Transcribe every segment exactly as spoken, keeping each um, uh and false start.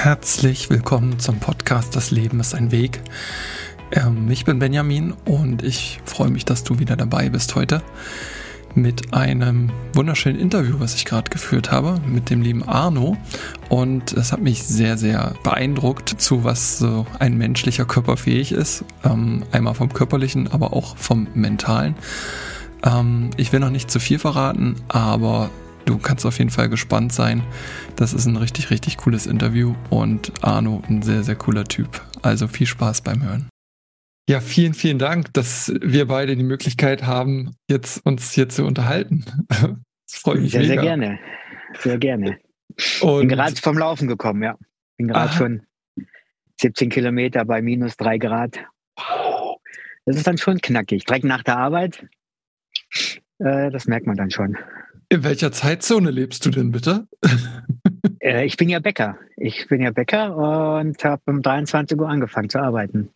Herzlich willkommen zum Podcast Das Leben ist ein Weg. Ähm, ich bin Benjamin und ich freue mich, dass du wieder dabei bist heute mit einem wunderschönen Interview, was ich gerade geführt habe mit dem lieben Arno. Und es hat mich sehr, sehr beeindruckt, zu was so ein menschlicher Körper fähig ist. Ähm, einmal vom körperlichen, aber auch vom mentalen. Ähm, ich will noch nicht zu viel verraten, aber du kannst auf jeden Fall gespannt sein. Das ist ein richtig, richtig cooles Interview und Arno ein sehr, sehr cooler Typ. Also viel Spaß beim Hören. Ja, vielen, vielen Dank, dass wir beide die Möglichkeit haben, jetzt uns hier zu unterhalten. Das freut mich sehr, mega. Sehr gerne, sehr gerne. Und bin gerade vom Laufen gekommen, ja. Bin gerade schon siebzehn Kilometer bei minus drei Grad. Wow. Das ist dann schon knackig. Direkt nach der Arbeit, äh, das merkt man dann schon. In welcher Zeitzone lebst du denn bitte? äh, ich bin ja Bäcker. Ich bin ja Bäcker und habe um dreiundzwanzig Uhr angefangen zu arbeiten.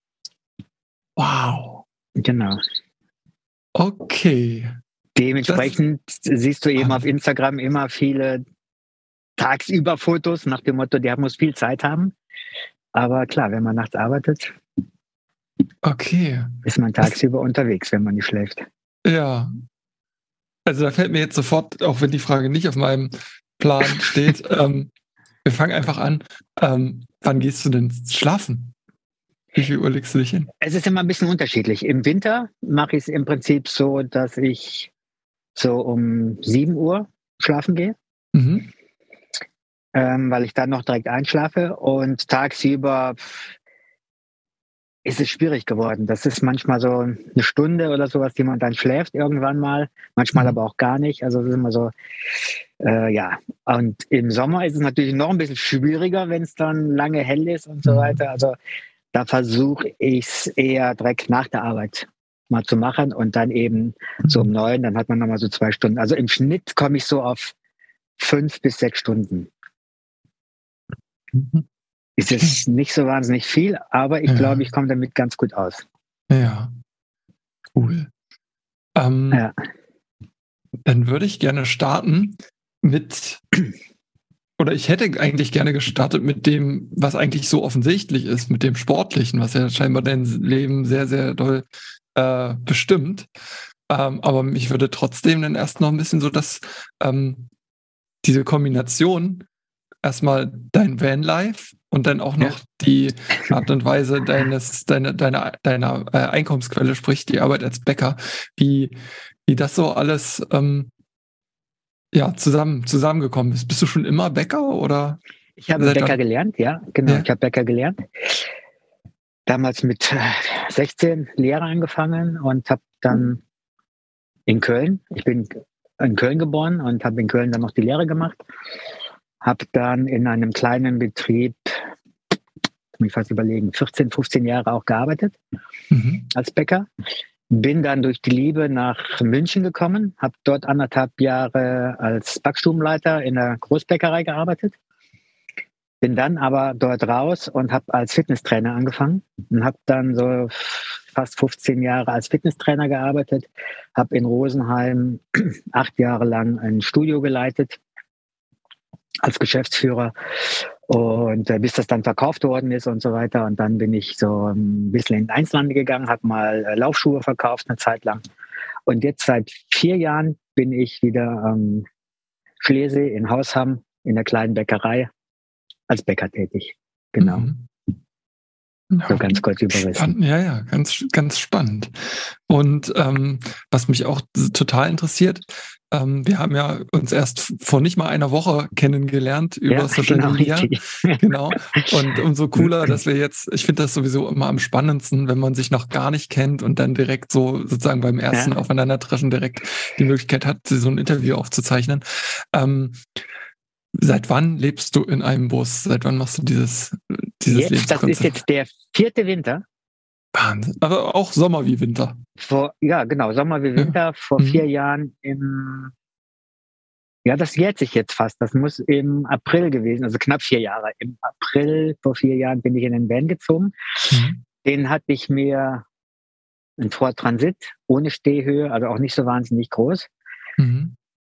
Wow. Genau. Okay. Dementsprechend das siehst du eben auf Instagram immer viele tagsüber Fotos nach dem Motto, der muss viel Zeit haben. Aber klar, wenn man nachts arbeitet, okay, ist man tagsüber das, unterwegs, wenn man nicht schläft. Ja. Also da fällt mir jetzt sofort, auch wenn die Frage nicht auf meinem Plan steht, ähm, wir fangen einfach an. Ähm, wann gehst du denn schlafen? Wie viel Uhr legst du dich hin? Es ist immer ein bisschen unterschiedlich. Im Winter mache ich es im Prinzip so, dass ich so um sieben Uhr schlafen gehe, mhm. ähm, weil ich dann noch direkt einschlafe. Und tagsüber ist es schwierig geworden. Das ist manchmal so eine Stunde oder sowas, die man dann schläft irgendwann mal. Manchmal mhm. aber auch gar nicht. Also es ist immer so, äh, ja. Und im Sommer ist es natürlich noch ein bisschen schwieriger, wenn es dann lange hell ist und so mhm. weiter. Also da versuche ich es eher direkt nach der Arbeit mal zu machen und dann eben mhm. so um neun, dann hat man nochmal so zwei Stunden. Also im Schnitt komme ich so auf fünf bis sechs Stunden. Mhm. Ist es nicht so wahnsinnig viel, aber ich ja. glaube, ich komme damit ganz gut aus. Ja, cool. Ähm, ja. Dann würde ich gerne starten mit, oder ich hätte eigentlich gerne gestartet mit dem, was eigentlich so offensichtlich ist, mit dem Sportlichen, was ja scheinbar dein Leben sehr, sehr doll äh, bestimmt. Ähm, aber mich würde trotzdem dann erst noch ein bisschen so, dass ähm, diese Kombination erstmal dein Vanlife und dann auch noch ja. die Art und Weise deines, deiner, deiner, deiner äh, Einkommensquelle, sprich die Arbeit als Bäcker, wie, wie das so alles ähm, ja, zusammen, zusammengekommen ist. Bist du schon immer Bäcker oder? Ich habe Bäcker wann? gelernt, ja, genau. Ja. Ich habe Bäcker gelernt. Damals mit sechzehn Lehre angefangen und habe dann in Köln, ich bin in Köln geboren und habe in Köln dann noch die Lehre gemacht. Habe dann in einem kleinen Betrieb, muss ich fast überlegen, vierzehn, fünfzehn Jahre auch gearbeitet mhm. als Bäcker. Bin dann durch die Liebe nach München gekommen, habe dort anderthalb Jahre als Backstubenleiter in der Großbäckerei gearbeitet. Bin dann aber dort raus und habe als Fitnesstrainer angefangen und habe dann so fast fünfzehn Jahre als Fitnesstrainer gearbeitet, habe in Rosenheim acht Jahre lang ein Studio geleitet als Geschäftsführer und äh, bis das dann verkauft worden ist und so weiter. Und dann bin ich so ein bisschen in den Einzelhandel gegangen, habe mal äh, Laufschuhe verkauft eine Zeit lang. Und jetzt seit vier Jahren bin ich wieder am ähm, Schlesee in Hausham in der kleinen Bäckerei als Bäcker tätig. Genau. Mhm. Ja, so ganz kurz überrissen. Ja, ja, ganz, ganz spannend. Und ähm, was mich auch total interessiert, ähm, wir haben ja uns erst vor nicht mal einer Woche kennengelernt über ja, Social genau, Media. Genau. Und umso cooler, dass wir jetzt, ich finde das sowieso immer am spannendsten, wenn man sich noch gar nicht kennt und dann direkt so sozusagen beim ersten ja. Aufeinandertreffen direkt die Möglichkeit hat, so ein Interview aufzuzeichnen. Ähm, Seit wann lebst du in einem Bus? Seit wann machst du dieses, dieses jetzt, Das ist jetzt der vierte Winter. Wahnsinn. Aber auch Sommer wie Winter. Vor, ja, genau, Sommer wie Winter. Ja. Vor mhm. vier Jahren im, ja, das jährt sich jetzt fast. Das muss im April gewesen, also knapp vier Jahre. Im April vor vier Jahren bin ich in den Van gezogen. Mhm. Den hatte ich mir, ein Ford Transit, ohne Stehhöhe, also auch nicht so wahnsinnig groß. Mhm.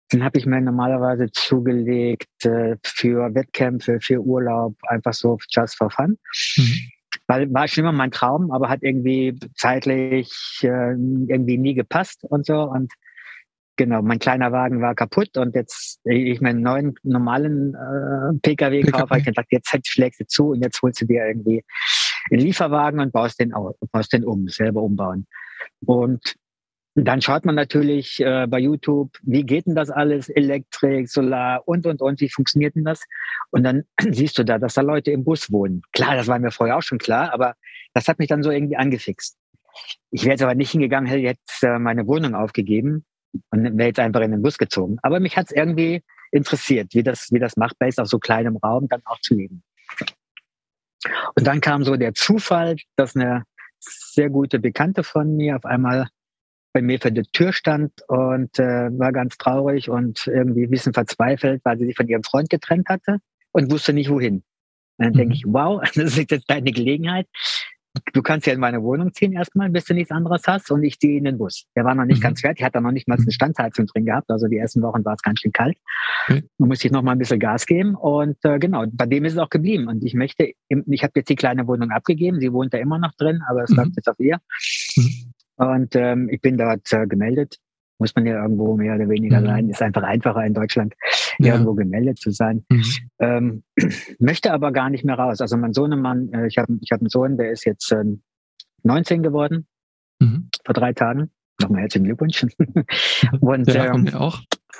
Den habe ich mir normalerweise zugelegt äh, für Wettkämpfe, für Urlaub, einfach so just for fun. Mhm. Weil war schon immer mein Traum, aber hat irgendwie zeitlich äh, irgendwie nie gepasst und so. Und genau, mein kleiner Wagen war kaputt und jetzt ich meinen neuen normalen äh, P K W kaufe, habe ich gedacht, jetzt schlägst du zu und jetzt holst du dir irgendwie einen Lieferwagen und baust den, baust den um, selber umbauen. Und dann schaut man natürlich äh, bei YouTube, wie geht denn das alles, Elektrik, Solar und, und, und, wie funktioniert denn das? Und dann siehst du da, dass da Leute im Bus wohnen. Klar, das war mir vorher auch schon klar, aber das hat mich dann so irgendwie angefixt. Ich wäre jetzt aber nicht hingegangen, hätte jetzt äh, meine Wohnung aufgegeben und wäre jetzt einfach in den Bus gezogen. Aber mich hat es irgendwie interessiert, wie das, wie das machbar ist, auf so kleinem Raum dann auch zu leben. Und dann kam so der Zufall, dass eine sehr gute Bekannte von mir auf einmal bei mir vor der Tür stand und äh, war ganz traurig und irgendwie ein bisschen verzweifelt, weil sie sich von ihrem Freund getrennt hatte und wusste nicht wohin. Und dann mhm. denke ich, wow, das ist jetzt deine Gelegenheit. Du kannst ja in meine Wohnung ziehen erstmal, bis du nichts anderes hast und ich ziehe in den Bus. Der war noch nicht mhm. ganz fertig, hat da noch nicht mal eine Standheizung drin gehabt, also die ersten Wochen war es ganz schön kalt. Mhm. Da musste ich noch mal ein bisschen Gas geben und äh, genau, bei dem ist es auch geblieben. Und ich möchte, ich habe jetzt die kleine Wohnung abgegeben, sie wohnt da immer noch drin, aber es mhm. läuft jetzt auf ihr. Mhm. Und ähm, ich bin dort äh, gemeldet. Muss man ja irgendwo mehr oder weniger mhm. sein. Ist einfach einfacher in Deutschland, ja. irgendwo gemeldet zu sein. Mhm. Ähm, möchte aber gar nicht mehr raus. Also mein Sohnemann, äh, ich habe ich hab einen Sohn, der ist jetzt äh, neunzehn geworden, mhm. vor drei Tagen. Nochmal herzlichen Glückwunsch. Und, ja, ähm, auch.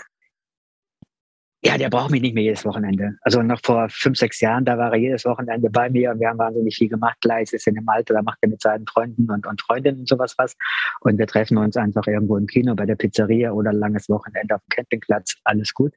Ja, der braucht mich nicht mehr jedes Wochenende. Also noch vor fünf, sechs Jahren, da war er jedes Wochenende bei mir und wir haben wahnsinnig viel gemacht. Gleich ist in dem Alter, da macht er mit seinen Freunden und, und Freundinnen und sowas was. Und wir treffen uns einfach irgendwo im Kino, bei der Pizzeria oder ein langes Wochenende auf dem Campingplatz. Alles gut.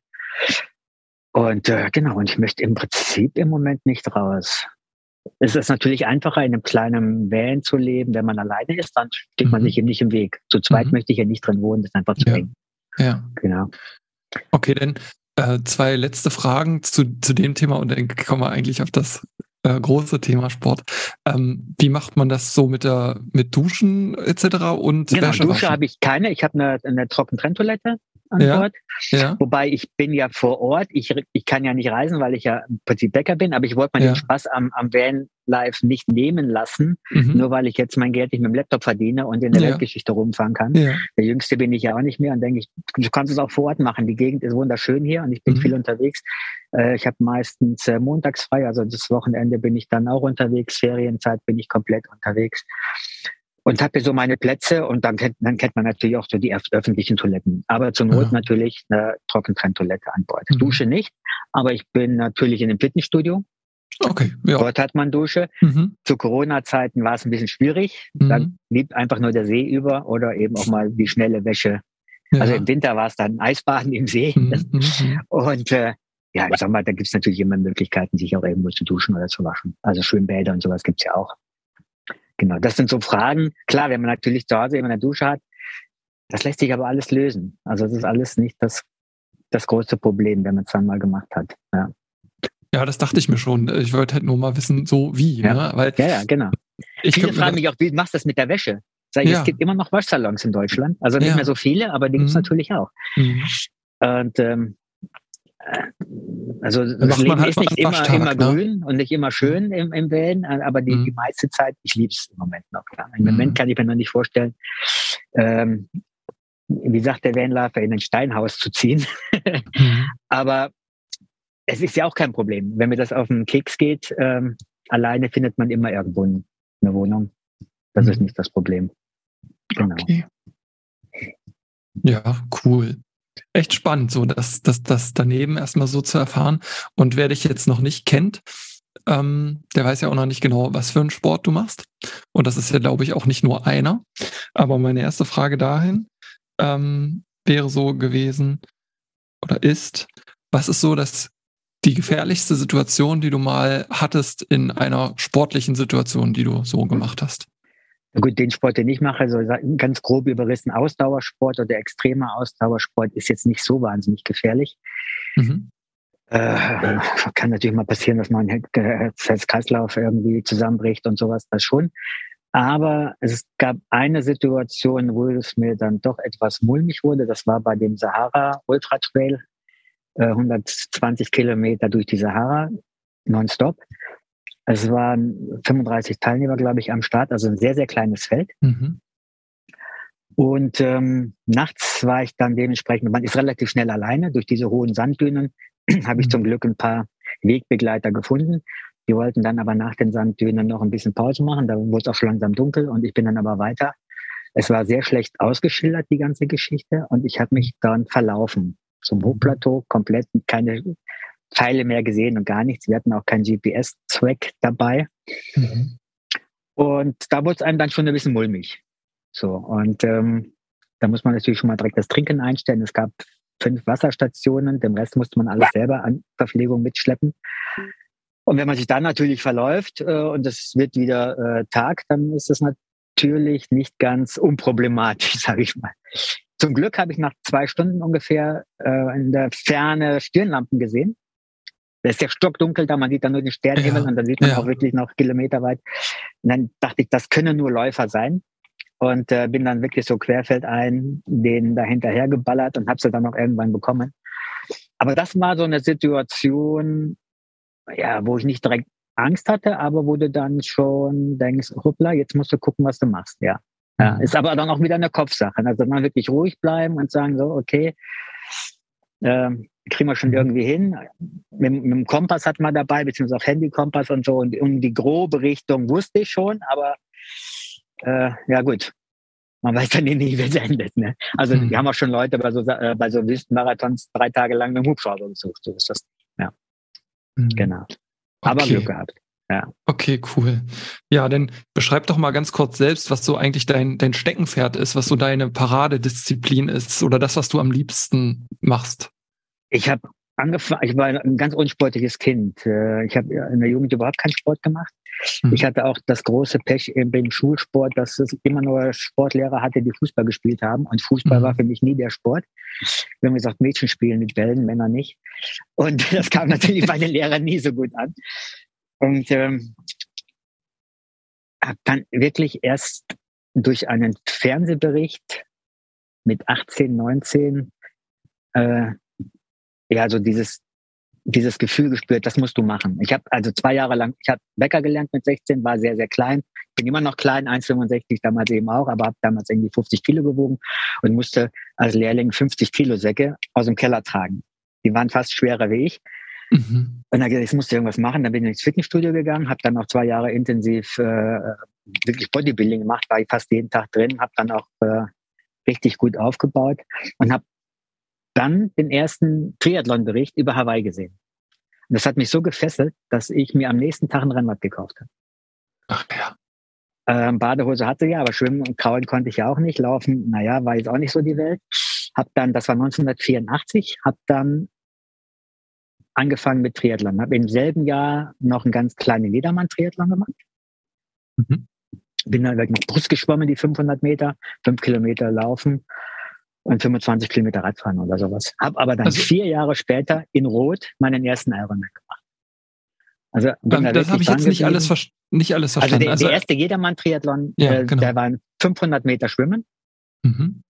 Und äh, genau, und ich möchte im Prinzip im Moment nicht raus. Es ist natürlich einfacher, in einem kleinen Van zu leben, wenn man alleine ist, dann steht mhm. man sich eben nicht im Weg. Zu zweit mhm. möchte ich ja nicht drin wohnen, das ist einfach zu ja. eng. Ja. Genau. Okay, dann äh, zwei letzte Fragen zu, zu dem Thema und dann kommen wir eigentlich auf das äh, große Thema Sport. Ähm, wie macht man das so mit der mit Duschen et cetera und Genau, Dusche habe ich keine. Ich habe eine, eine Trockentrenntoilette an ja, Bord. Ja. Wobei ich bin ja vor Ort. Ich, ich kann ja nicht reisen, weil ich ja im Prinzip Bäcker bin. Aber ich wollte mir ja. den Spaß am, am Vanlife nicht nehmen lassen, mhm. nur weil ich jetzt mein Geld nicht mit dem Laptop verdiene und in der ja. Weltgeschichte rumfahren kann. Ja. Der Jüngste bin ich ja auch nicht mehr und denke ich, du kannst es auch vor Ort machen. Die Gegend ist wunderschön hier und ich bin mhm. viel unterwegs. Äh, ich habe meistens äh, montags frei, also das Wochenende bin ich dann auch unterwegs. Ferienzeit bin ich komplett unterwegs. Und habe hier so meine Plätze und dann kennt, dann kennt man natürlich auch so die öffentlichen Toiletten. Aber zur Not ja. natürlich eine Trockentrenntoilette an Bord. Mhm. Dusche nicht, aber ich bin natürlich in einem Fitnessstudio. Okay, ja. Dort hat man Dusche. Mhm. Zu Corona-Zeiten war es ein bisschen schwierig. Mhm. Da blieb einfach nur der See über oder eben auch mal die schnelle Wäsche. Ja. Also im Winter war es dann Eisbaden im See. Mhm. Und äh, ja, im Sommer, da gibt es natürlich immer Möglichkeiten, sich auch irgendwo zu duschen oder zu waschen. Also Schwimmbäder und sowas gibt's ja auch. Genau, das sind so Fragen. Klar, wenn man natürlich zu Hause immer eine Dusche hat, das lässt sich aber alles lösen. Also das ist alles nicht das, das größte Problem, wenn man es dann mal gemacht hat. Ja. Ja, das dachte ich mir schon. Ich wollte halt nur mal wissen, so wie. Ja, ne? Weil ja, ja, genau. Ich viele fragen mich auch, wie machst du das mit der Wäsche? Sag ich, ja. Es gibt immer noch Waschsalons in Deutschland. Also nicht ja. mehr so viele, aber die mhm. gibt es natürlich auch. Mhm. Und ähm, also das Leben halt ist nicht immer, immer grün, ne? Und nicht immer schön im, im Van, aber die, mhm. die meiste Zeit, ich liebe es im Moment noch. Ja. Im mhm. Moment kann ich mir noch nicht vorstellen, ähm, wie sagt der Vanlifer, in ein Steinhaus zu ziehen. mhm. Aber es ist ja auch kein Problem. Wenn mir das auf den Keks geht, ähm, alleine findet man immer irgendwo eine Wohnung. Das mhm. ist nicht das Problem. Genau. Okay. Ja, cool. Echt spannend, so das, das, das daneben erstmal so zu erfahren. Und wer dich jetzt noch nicht kennt, ähm, der weiß ja auch noch nicht genau, was für einen Sport du machst. Und das ist ja, glaube ich, auch nicht nur einer. Aber meine erste Frage dahin ähm, wäre so gewesen oder ist, was ist so das die gefährlichste Situation, die du mal hattest in einer sportlichen Situation, die du so gemacht hast? Na gut, den Sport, den ich mache, also ganz grob überrissen Ausdauersport oder extremer Ausdauersport ist jetzt nicht so wahnsinnig gefährlich. Mhm. Äh, kann natürlich mal passieren, dass mein Herz-Kreislauf irgendwie zusammenbricht und sowas, das schon. Aber es gab eine Situation, wo es mir dann doch etwas mulmig wurde. Das war bei dem Sahara Ultra Trail, äh, hundertzwanzig Kilometer durch die Sahara, nonstop. Es waren fünfunddreißig Teilnehmer, glaube ich, am Start, also ein sehr, sehr kleines Feld. Mhm. Und ähm, nachts war ich dann dementsprechend, man ist relativ schnell alleine, durch diese hohen Sanddünen habe ich mhm. zum Glück ein paar Wegbegleiter gefunden. Die wollten dann aber nach den Sanddünen noch ein bisschen Pause machen, da wurde es auch schon langsam dunkel und ich bin dann aber weiter. Es war sehr schlecht ausgeschildert, die ganze Geschichte, und ich habe mich dann verlaufen zum Hochplateau, komplett keine Pfeile mehr gesehen und gar nichts. Wir hatten auch keinen G P S-Track dabei. Mhm. Und da wurde es einem dann schon ein bisschen mulmig. So, und ähm, da muss man natürlich schon mal direkt das Trinken einstellen. Es gab fünf Wasserstationen, den Rest musste man alles selber an Verpflegung mitschleppen. Und wenn man sich dann natürlich verläuft äh, und es wird wieder äh, Tag, dann ist es natürlich nicht ganz unproblematisch, sage ich mal. Zum Glück habe ich nach zwei Stunden ungefähr äh, in der Ferne Stirnlampen gesehen. Da ist ja stockdunkel da, man sieht dann nur den Sternenhimmel, ja, und dann sieht man ja auch wirklich noch kilometerweit. Und dann dachte ich, das können nur Läufer sein. Und äh, bin dann wirklich so querfeldein denen da hinterher geballert und habe sie dann auch irgendwann bekommen. Aber das war so eine Situation, ja, wo ich nicht direkt Angst hatte, aber wo du dann schon denkst, hoppla, jetzt musst du gucken, was du machst. Ja, ja, ist aber dann auch wieder eine Kopfsache. Also dann wirklich ruhig bleiben und sagen so, okay, äh, kriegen wir schon irgendwie hin. Mit, mit dem Kompass hat man dabei, beziehungsweise auch Handykompass und so. Und um die grobe Richtung wusste ich schon, aber äh, ja gut, man weiß dann nie, wie es endet. Ne? Also mhm. wir haben auch schon Leute bei so, äh, bei so Wüstenmarathons drei Tage lang mit dem Hubschrauber gesucht. So ist das. Ja, mhm. genau. Aber okay. Glück gehabt. Ja. Okay, cool. Ja, dann beschreib doch mal ganz kurz selbst, was so eigentlich dein, dein Steckenpferd ist, was so deine Paradedisziplin ist oder das, was du am liebsten machst. Ich habe angefangen, ich war ein ganz unsportliches Kind. Ich habe in der Jugend überhaupt keinen Sport gemacht. Hm. Ich hatte auch das große Pech im Schulsport, dass es immer nur Sportlehrer hatte, die Fußball gespielt haben. Und Fußball hm. war für mich nie der Sport. Wir haben gesagt, Mädchen spielen mit Bällen, Männer nicht. Und das kam natürlich bei den Lehrern nie so gut an. Und ähm, habe dann wirklich erst durch einen Fernsehbericht mit achtzehn, neunzehn äh, ja, so dieses, dieses Gefühl gespürt, das musst du machen. Ich habe also zwei Jahre lang, ich habe Bäcker gelernt mit sechzehn, war sehr, sehr klein. Bin immer noch klein, eins Komma fünfundsechzig, damals eben auch, aber habe damals irgendwie fünfzig Kilo gewogen und musste als Lehrling fünfzig Kilo Säcke aus dem Keller tragen. Die waren fast schwerer wie ich. Mhm. Und dann ich musste irgendwas machen, dann bin ich ins Fitnessstudio gegangen, habe dann auch zwei Jahre intensiv äh, wirklich Bodybuilding gemacht, war ich fast jeden Tag drin, habe dann auch äh, richtig gut aufgebaut und habe dann den ersten Triathlon-Bericht über Hawaii gesehen. Und das hat mich so gefesselt, dass ich mir am nächsten Tag ein Rennrad gekauft habe. Ach ja. Ähm, Badehose hatte ich, aber schwimmen und kraulen konnte ich ja auch nicht. Laufen, naja, war jetzt auch nicht so die Welt. Hab dann, das war neunzehnhundertvierundachtzig, hab dann angefangen mit Triathlon. Habe im selben Jahr noch einen ganz kleinen Jedermann-Triathlon gemacht. Mhm. Bin dann noch Brust geschwommen, die fünfhundert Meter, fünf Kilometer laufen und fünfundzwanzig Kilometer Radfahren oder sowas. Hab aber dann also, vier Jahre später in Rot meinen ersten Ironman gemacht. Also bin da das habe ich jetzt nicht alles, ver- nicht alles verstanden. Also der, also der erste Jedermann-Triathlon, ja, äh, genau. Der waren fünfhundert Meter Schwimmen, mhm.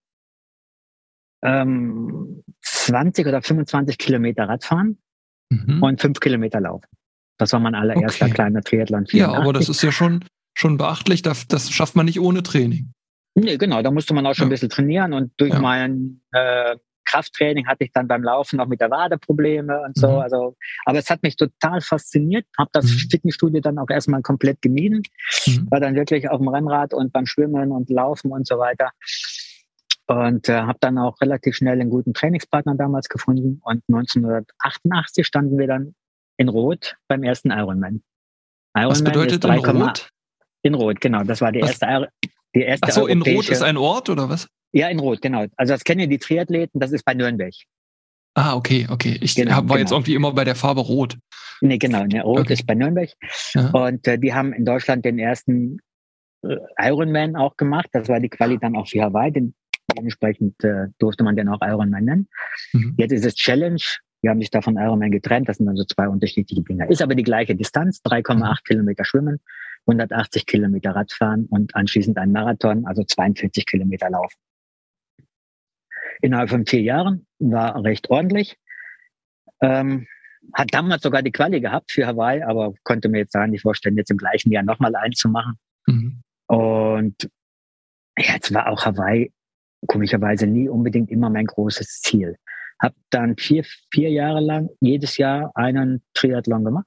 ähm, zwanzig oder fünfundzwanzig Kilometer Radfahren mhm. und fünf Kilometer Laufen. Das war mein allererster okay. kleiner Triathlon. vierundachtzig. Ja, aber das ist ja schon, schon beachtlich. Das, das schafft man nicht ohne Training. Nee, genau, da musste man auch schon ja. ein bisschen trainieren und durch ja. mein äh, Krafttraining hatte ich dann beim Laufen auch mit der Wade Probleme und so. Mhm. Also, aber es hat mich total fasziniert, habe das mhm. Fitnessstudio dann auch erstmal komplett gemieden, mhm. war dann wirklich auf dem Rennrad und beim Schwimmen und Laufen und so weiter und äh, habe dann auch relativ schnell einen guten Trainingspartner damals gefunden und neunzehnhundertachtundachtzig standen wir dann in Rot beim ersten Ironman. Ironman Was bedeutet in Rot? In Rot, genau, das war der erste Ironman. Die erste Ach so, in Rot ist ein Ort, oder was? Ja, in Rot, genau. Also das kennen ja die Triathleten, das ist bei Nürnberg. Ah, okay, okay. Ich genau, war genau. jetzt irgendwie immer bei der Farbe Rot. Nee, genau. Ne, Rot okay. ist bei Nürnberg. Ja. Und äh, die haben in Deutschland den ersten äh, Ironman auch gemacht. Das war die Quali dann auch für Hawaii. Den, dementsprechend äh, durfte man den auch Ironman nennen. Mhm. Jetzt ist es Challenge. Die haben sich da von Ironman getrennt. Das sind dann so zwei unterschiedliche Dinge. Ist aber die gleiche Distanz, drei Komma acht mhm. Kilometer schwimmen hundertachtzig Kilometer Radfahren und anschließend ein Marathon, also zweiundvierzig Kilometer Laufen. Innerhalb von vier Jahren war recht ordentlich. Ähm, hat damals sogar die Quali gehabt für Hawaii, aber konnte mir jetzt sagen, nicht vorstellen, jetzt im gleichen Jahr nochmal eins zu machen. Mhm. Und ja, jetzt war auch Hawaii komischerweise nie unbedingt immer mein großes Ziel. Hab dann vier, vier Jahre lang jedes Jahr einen Triathlon gemacht.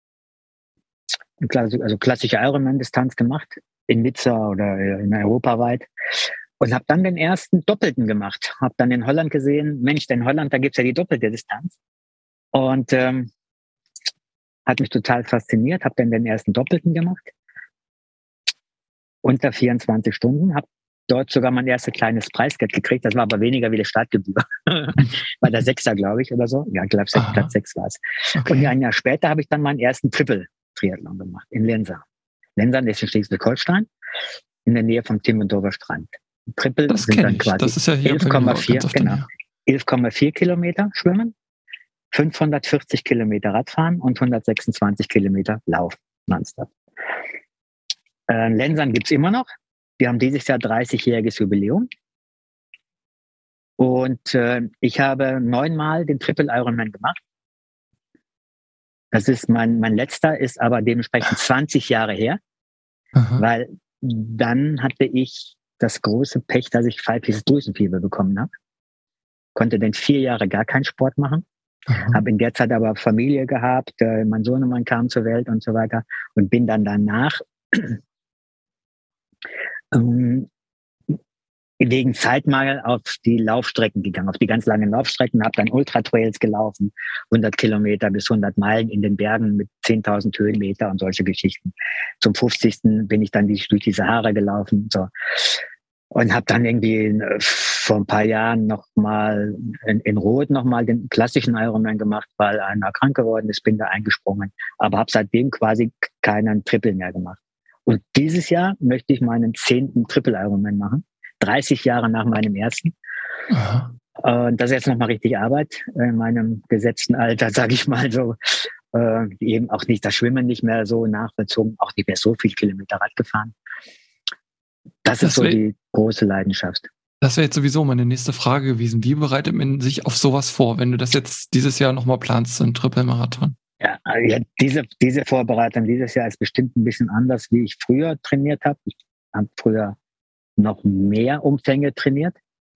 Also klassische Ironman-Distanz gemacht, in Nizza oder in europaweit. Und habe dann den ersten Doppelten gemacht. Habe dann in Holland gesehen, Mensch, in Holland, da gibt's ja die doppelte Distanz. Und ähm, hat mich total fasziniert. Habe dann den ersten Doppelten gemacht. Unter vierundzwanzig Stunden. Habe dort sogar mein erstes kleines Preisgeld gekriegt. Das war aber weniger wie die Startgebühr. War der Sechser, glaube ich, oder so. Ja, ich glaube, Platz sechs war es. Okay. Und ein Jahr später habe ich dann meinen ersten Triple-Triathlon gemacht in Lensa. Lensa ist in Schleswig-Holstein, in der Nähe vom Timmendorfer Strand. Triple das sind dann ich. quasi das ist ja elf Komma vier genau, elf Komma vier Kilometer schwimmen, fünfhundertvierzig Kilometer Radfahren und hundertsechsundzwanzig Kilometer Laufen nonstop. Äh, Lensern gibt's immer noch. Wir haben dieses Jahr dreißigjähriges Jubiläum. Und äh, ich habe neunmal den Triple Ironman gemacht. Das ist mein, mein letzter, ist aber dementsprechend zwanzig Jahre her. Aha. Weil dann hatte ich das große Pech, dass ich pfeifisches Drüsenfieber bekommen habe. Konnte dann vier Jahre gar keinen Sport machen. Habe in der Zeit aber Familie gehabt, äh, mein Sohnemann kam zur Welt und so weiter und bin dann danach ähm, wegen Zeitmangel auf die Laufstrecken gegangen, auf die ganz langen Laufstrecken, habe dann Ultra-Trails gelaufen, hundert Kilometer bis hundert Meilen in den Bergen mit zehntausend Höhenmeter und solche Geschichten. Zum fünfzigsten bin ich dann durch die Sahara gelaufen. So. Und habe dann irgendwie äh, vor ein paar Jahren noch mal in, in Rot noch mal den klassischen Ironman gemacht, weil einer krank geworden ist, bin da eingesprungen. Aber habe seitdem quasi keinen Triple mehr gemacht. Und dieses Jahr möchte ich meinen zehnten Triple Ironman machen. dreißig Jahre nach meinem ersten. Aha. Und das ist jetzt noch mal richtig Arbeit in meinem gesetzten Alter, sage ich mal so. Äh, eben auch nicht das Schwimmen nicht mehr so nachvollzogen, auch nicht mehr so viel Kilometer Rad gefahren. Das, das ist so die große Leidenschaft. Das wäre jetzt sowieso meine nächste Frage gewesen. Wie bereitet man sich auf sowas vor, wenn du das jetzt dieses Jahr nochmal planst, so einen Triple-Marathon? Ja, ja diese, diese Vorbereitung dieses Jahr ist bestimmt ein bisschen anders, wie ich früher trainiert habe. Ich habe früher noch mehr Umfänge trainiert.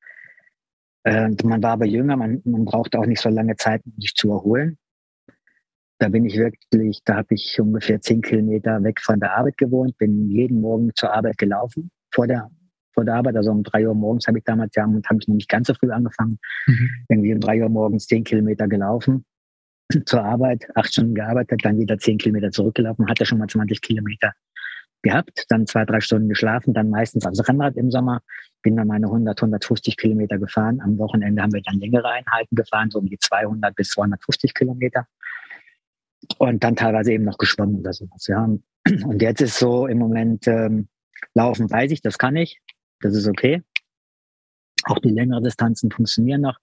Äh, man war aber jünger, man, man brauchte auch nicht so lange Zeit, um sich zu erholen. Da bin ich wirklich, da habe ich ungefähr zehn Kilometer weg von der Arbeit gewohnt, bin jeden Morgen zur Arbeit gelaufen, vor der, vor der Arbeit, also um drei Uhr morgens habe ich damals, ja, und habe ich noch nicht ganz so früh angefangen, mhm. irgendwie um drei Uhr morgens zehn Kilometer gelaufen zur Arbeit, acht Stunden gearbeitet, dann wieder zehn Kilometer zurückgelaufen, hatte schon mal zwanzig Kilometer gehabt, dann zwei, drei Stunden geschlafen, dann meistens aufs Rennrad im Sommer, bin dann meine hundert, hundertfünfzig Kilometer gefahren. Am Wochenende haben wir dann längere Einheiten gefahren, so um die zweihundert bis zweihundertfünfzig Kilometer. Und dann teilweise eben noch geschwommen oder sowas, ja. Und jetzt ist so im Moment, ähm, laufen weiß ich, das kann ich, das ist okay. Auch die längeren Distanzen funktionieren noch.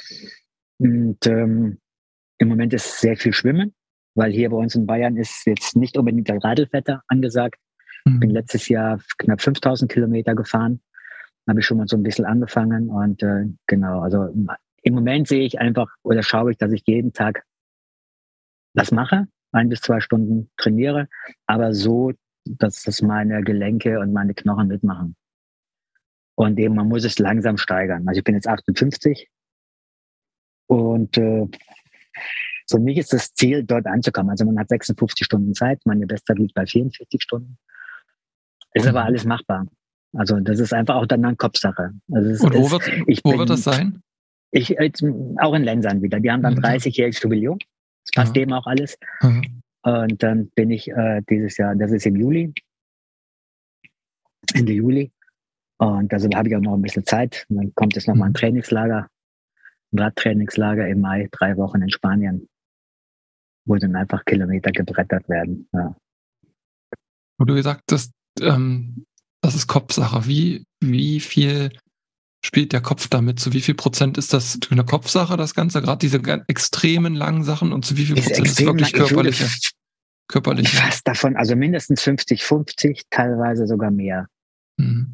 Und ähm, im Moment ist sehr viel Schwimmen, weil hier bei uns in Bayern ist jetzt nicht unbedingt das Radlwetter angesagt. Ich mhm. bin letztes Jahr knapp fünftausend Kilometer gefahren, habe ich schon mal so ein bisschen angefangen. Und äh, genau, also im Moment sehe ich einfach oder schaue ich, dass ich jeden Tag das mache, ein bis zwei Stunden trainiere, aber so, dass das meine Gelenke und meine Knochen mitmachen. Und eben, man muss es langsam steigern. Also ich bin jetzt achtundfünfzig und äh, für mich ist das Ziel, dort anzukommen. Also man hat sechsundfünfzig Stunden Zeit, meine Bestzeit liegt bei vierundvierzig Stunden. Ist aber alles machbar. Also das ist einfach auch dann eine Kopfsache. Also es und wo, ist, wird, ich wo bin, wird das sein? Ich, auch in Lensern wieder. Die haben dann dreißigjähriges Jubiläum. Das passt ja. Dem auch alles. Mhm. Und dann bin ich äh, dieses Jahr, das ist im Juli, Ende Juli. Und also habe ich auch noch ein bisschen Zeit. Und dann kommt jetzt noch mhm. mal ein Trainingslager, ein Radtrainingslager im Mai, drei Wochen in Spanien, wo dann einfach Kilometer gebrettert werden. Ja. Wo du gesagt hast, ähm, das ist Kopfsache. Wie, wie viel spielt der Kopf damit? Zu wie viel Prozent ist das eine Kopfsache, das Ganze? Gerade diese extremen langen Sachen und zu wie viel Prozent ist wirklich körperliche? körperlich? Fast davon, also mindestens fünfzig, fünfzig, teilweise sogar mehr. Mhm.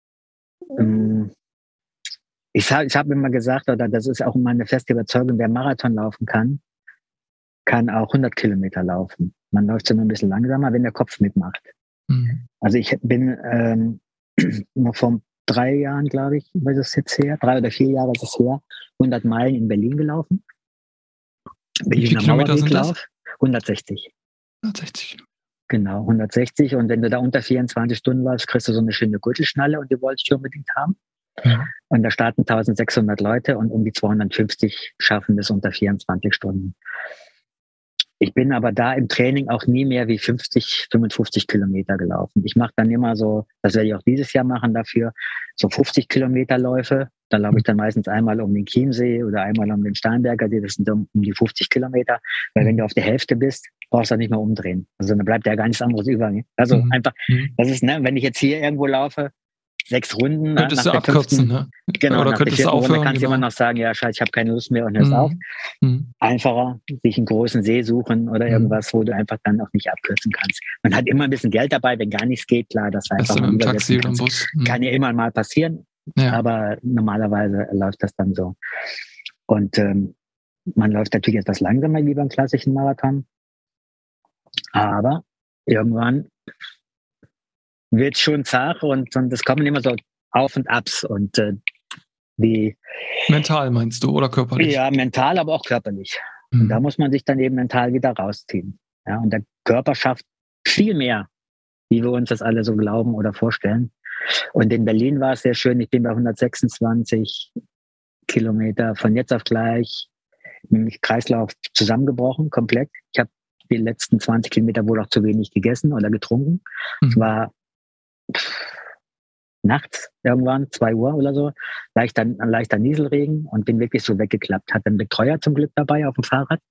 Ich habe ich hab immer gesagt, oder das ist auch meine feste Überzeugung, wer Marathon laufen kann, kann auch hundert Kilometer laufen. Man läuft so nur ein bisschen langsamer, wenn der Kopf mitmacht. Mhm. Also ich bin ähm, noch vor drei Jahren, glaube ich, was ist jetzt her, drei oder vier Jahre ist es her, hundert Meilen in Berlin gelaufen. Wie viele Kilometer sind das? hundertsechzig. hundertsechzig. Genau, hundertsechzig. Und wenn du da unter vierundzwanzig Stunden läufst, kriegst du so eine schöne Gürtelschnalle und die wollte ich unbedingt haben. Ja. Und da starten eintausendsechshundert Leute und um die zweihundertfünfzig schaffen das unter vierundzwanzig Stunden. Ich bin aber da im Training auch nie mehr wie fünfzig, fünfundfünfzig Kilometer gelaufen. Ich mache dann immer so, das werde ich auch dieses Jahr machen dafür, so fünfzig Kilometer Läufe. Da laufe ich dann meistens einmal um den Chiemsee oder einmal um den Starnberger, das sind um die fünfzig Kilometer. Weil wenn du auf der Hälfte bist, brauchst du nicht mehr umdrehen. Also dann bleibt ja gar nichts anderes über. Also mhm. einfach, das ist, ne, wenn ich jetzt hier irgendwo laufe, sechs Runden. Könntest nach du abkürzen, fünften, ne? Genau, oder nach könntest der du aufhören? Runde kannst du genau. immer noch sagen, ja, scheiße, ich habe keine Lust mehr und hörst mhm. auf. Mhm. Einfacher, sich einen großen See suchen oder mhm. irgendwas, wo du einfach dann auch nicht abkürzen kannst. Man hat immer ein bisschen Geld dabei, wenn gar nichts geht, klar, das war einfach mal im Taxi oder im Bus. Mhm. Kann ja immer mal passieren, ja. aber normalerweise läuft das dann so. Und ähm, man läuft natürlich etwas langsamer wie beim klassischen Marathon, aber irgendwann wird schon zart und, und es kommen immer so Auf und Abs und äh, die mental meinst du oder körperlich? Ja, mental, aber auch körperlich. Mhm. Und da muss man sich dann eben mental wieder rausziehen. Ja, und der Körper schafft viel mehr, wie wir uns das alle so glauben oder vorstellen. Und in Berlin war es sehr schön. Ich bin bei hundertsechsundzwanzig Kilometer von jetzt auf gleich mit dem Kreislauf zusammengebrochen, komplett. Ich habe die letzten zwanzig Kilometer wohl auch zu wenig gegessen oder getrunken. Mhm. Es war nachts irgendwann, zwei Uhr oder so, leichter, ein leichter Nieselregen und bin wirklich so weggeklappt. Hatte einen Betreuer zum Glück dabei auf dem Fahrrad.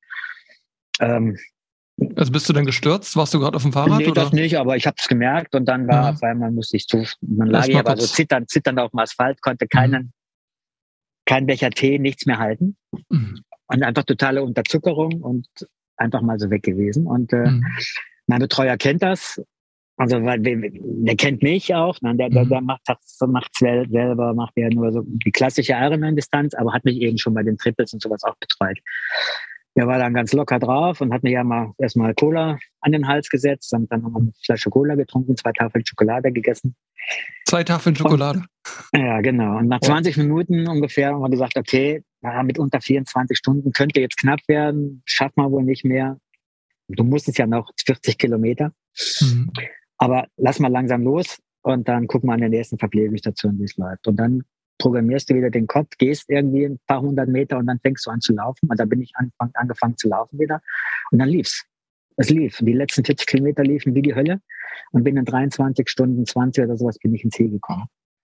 Ähm, also bist du denn gestürzt? Warst du gerade auf dem Fahrrad? Nee, oder? das nicht, aber ich habe es gemerkt und dann war, ja. auf einmal musste ich zu, man lag ja aber so zitternd, zitternd auf dem Asphalt, konnte keinen, mhm. kein Becher Tee, nichts mehr halten. Mhm. Und einfach totale Unterzuckerung und einfach mal so weg gewesen. Und äh, mhm. mein Betreuer kennt das. Also, weil der, der kennt mich auch, ne? der, der, der macht es macht selber, macht ja nur so die klassische Ironman-Distanz, aber hat mich eben schon bei den Triples und sowas auch betreut. Der war dann ganz locker drauf und hat mir ja mal erstmal Cola an den Hals gesetzt, und dann haben wir eine Flasche Cola getrunken, zwei Tafeln Schokolade gegessen. Zwei Tafeln Schokolade? Und, ja, genau. Und nach zwanzig oh. Minuten ungefähr haben wir gesagt, okay, ja, mit unter vierundzwanzig Stunden könnte jetzt knapp werden, schafft man wohl nicht mehr. Du musstest ja noch vierzig Kilometer. Mhm. Aber lass mal langsam los und dann gucken wir an der nächsten Verpflegungsstation, wie es läuft. Und dann programmierst du wieder den Kopf, gehst irgendwie ein paar hundert Meter und dann fängst du an zu laufen. Und da bin ich anfang, angefangen zu laufen wieder. Und dann lief's. Es lief. Die letzten vierzig Kilometer liefen wie die Hölle. Und binnen dreiundzwanzig Stunden, zwanzig oder sowas bin ich ins Ziel gekommen.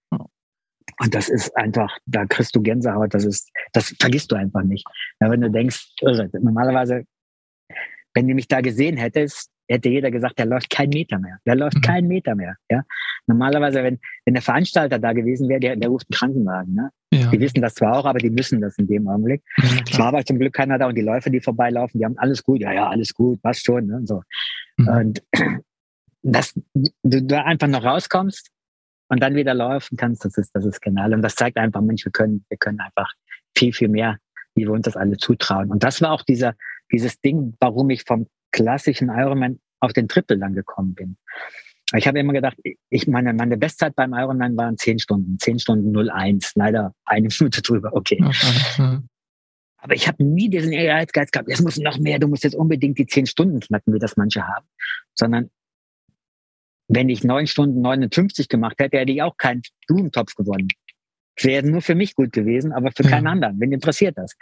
Und das ist einfach, da kriegst du Gänsehaut. Das ist, das vergisst du einfach nicht. Ja, wenn du denkst, irre, normalerweise, wenn du mich da gesehen hättest, hätte jeder gesagt, der läuft keinen Meter mehr. Der läuft mhm. keinen Meter mehr. Ja? Normalerweise, wenn, wenn der Veranstalter da gewesen wäre, der, der ruft einen Krankenwagen. Ne? Ja. Die wissen das zwar auch, aber die müssen das in dem Augenblick. Es war aber zum Glück keiner da und die Läufer, die vorbeilaufen, die haben alles gut. Ja, ja, alles gut, was schon. Ne? So. Mhm. Und dass du da einfach noch rauskommst und dann wieder laufen kannst, das ist, das ist genial. Und das zeigt einfach, Mensch, wir können, wir können einfach viel, viel mehr, wie wir uns das alle zutrauen. Und das war auch dieser, dieses Ding, warum ich vom klassischen Ironman auf den Triple dann gekommen bin. Ich habe immer gedacht, ich meine, meine Bestzeit beim Ironman waren zehn Stunden, zehn Stunden null eins, leider eine Minute drüber, okay. okay. Aber ich habe nie diesen Ehrgeiz gehabt, es muss noch mehr, du musst jetzt unbedingt die zehn Stunden knacken, wie das manche haben, sondern wenn ich neun Stunden neunundfünfzig gemacht hätte, hätte ich auch keinen Blumentopf gewonnen. Es wäre nur für mich gut gewesen, aber für ja. keinen anderen. Wen interessiert das?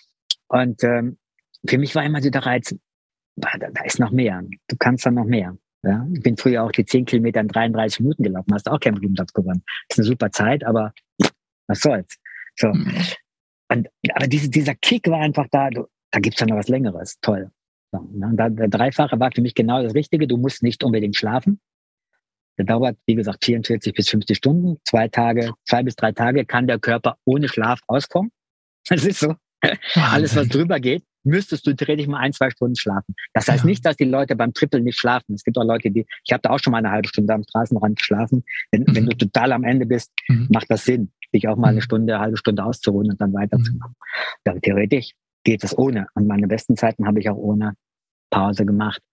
Und ähm, für mich war immer so der Reiz, da, da ist noch mehr. Du kannst dann noch mehr. Ja? Ich bin früher auch die zehn Kilometer in dreiunddreißig Minuten gelaufen. Hast auch keinen Blumentopf gewonnen. Das ist eine super Zeit, aber was soll's. So. Mhm. Und, aber diese, dieser Kick war einfach da. Du, da gibt's ja noch was Längeres. Toll. So, ne? Da, der Dreifache war für mich genau das Richtige. Du musst nicht unbedingt schlafen. Der dauert, wie gesagt, vierundvierzig bis fünfzig Stunden. Zwei Tage, zwei bis drei Tage kann der Körper ohne Schlaf auskommen. Das ist so. Alles, was drüber geht, müsstest du theoretisch mal ein, zwei Stunden schlafen. Das heißt ja. nicht, dass die Leute beim Triple nicht schlafen. Es gibt auch Leute, die, ich habe da auch schon mal eine halbe Stunde am Straßenrand geschlafen. Wenn, mhm. wenn du total am Ende bist, mhm. macht das Sinn, dich auch mal eine Stunde, eine halbe Stunde auszuruhen und dann weiterzumachen. Mhm. Aber theoretisch geht es ohne. Und meine besten Zeiten habe ich auch ohne Pause gemacht.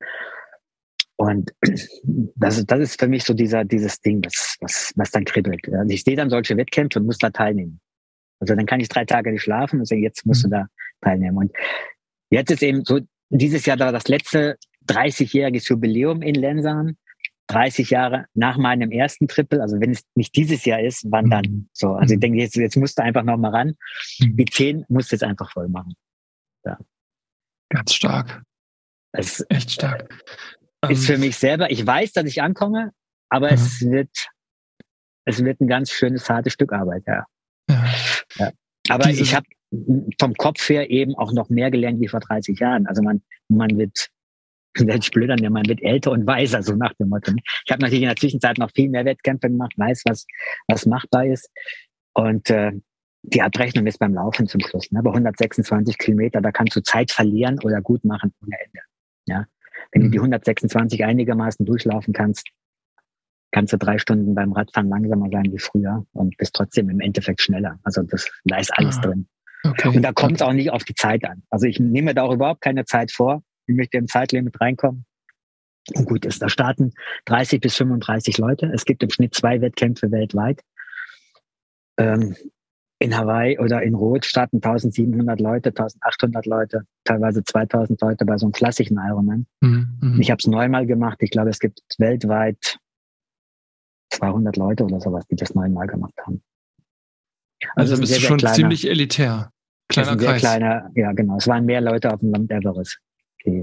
Und das ist, das ist für mich so dieser, dieses Ding, was, was, was dann kribbelt. Also ich sehe dann solche Wettkämpfe und muss da teilnehmen. Also dann kann ich drei Tage nicht schlafen und sage, jetzt musst du da teilnehmen. Und jetzt ist eben so, dieses Jahr da das letzte dreißigjähriges Jubiläum in Lensahn. dreißig Jahre nach meinem ersten Triple. Also wenn es nicht dieses Jahr ist, wann dann? So, also ich denke, jetzt, jetzt musst du einfach noch mal ran. Die zehn musst du jetzt einfach voll machen. Ja. Ganz stark. Das echt stark. Ist für mich selber, ich weiß, dass ich ankomme, aber mhm. es wird, es wird ein ganz schönes, hartes Stück Arbeit, ja. ja. ja. Aber Dieses ich habe vom Kopf her eben auch noch mehr gelernt wie vor dreißig Jahren. Also man, man wird, werde ich blöd an, man wird älter und weiser, so nach dem Motto. Ich habe natürlich in der Zwischenzeit noch viel mehr Wettkämpfe gemacht, weiß, was, was machbar ist. Und äh, die Abrechnung ist beim Laufen zum Schluss. Ne? Bei hundertsechsundzwanzig Kilometer, da kannst du Zeit verlieren oder gut machen ohne Ende. Ja. Wenn du die hundertsechsundzwanzig einigermaßen durchlaufen kannst, kannst du drei Stunden beim Radfahren langsamer sein wie früher und bist trotzdem im Endeffekt schneller. Also das, da ist alles ah, drin. Okay. Und da kommt es okay. auch nicht auf die Zeit an. Also ich nehme da auch überhaupt keine Zeit vor. Ich möchte im Zeitlimit reinkommen. Und gut ist, da starten dreißig bis fünfunddreißig Leute. Es gibt im Schnitt zwei Wettkämpfe weltweit. Ähm, In Hawaii oder in Rot starten eintausendsiebenhundert Leute, eintausendachthundert Leute, teilweise zweitausend Leute bei so einem klassischen Ironman. Mhm. Ich habe es neunmal gemacht. Ich glaube, es gibt weltweit zweihundert Leute oder sowas, die das neunmal gemacht haben. Also, also bist sehr, du schon kleiner, ziemlich elitär. Kleiner ein Kreis. Sehr kleiner, ja genau. Es waren mehr Leute auf dem Mount Everest. Okay.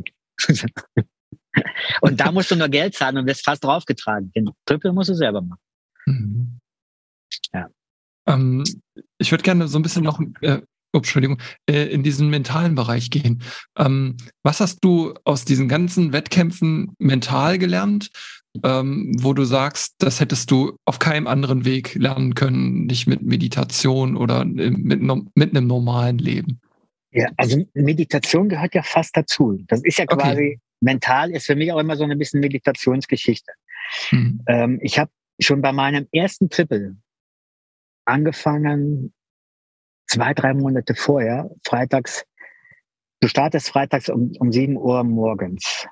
Und da musst du nur Geld zahlen und wirst fast draufgetragen. Den Triple musst du selber machen. Mhm. Ja. Ähm, ich würde gerne so ein bisschen noch, äh, oh, Entschuldigung, äh, in diesen mentalen Bereich gehen. Ähm, was hast du aus diesen ganzen Wettkämpfen mental gelernt, ähm, wo du sagst, das hättest du auf keinem anderen Weg lernen können, nicht mit Meditation oder mit, mit einem normalen Leben? Ja, also Meditation gehört ja fast dazu. Das ist ja quasi, okay. mental ist für mich auch immer so ein bisschen Meditationsgeschichte. Hm. Ähm, ich habe schon bei meinem ersten Triple angefangen, zwei, drei Monate vorher, freitags, du startest freitags um, um sieben Uhr morgens.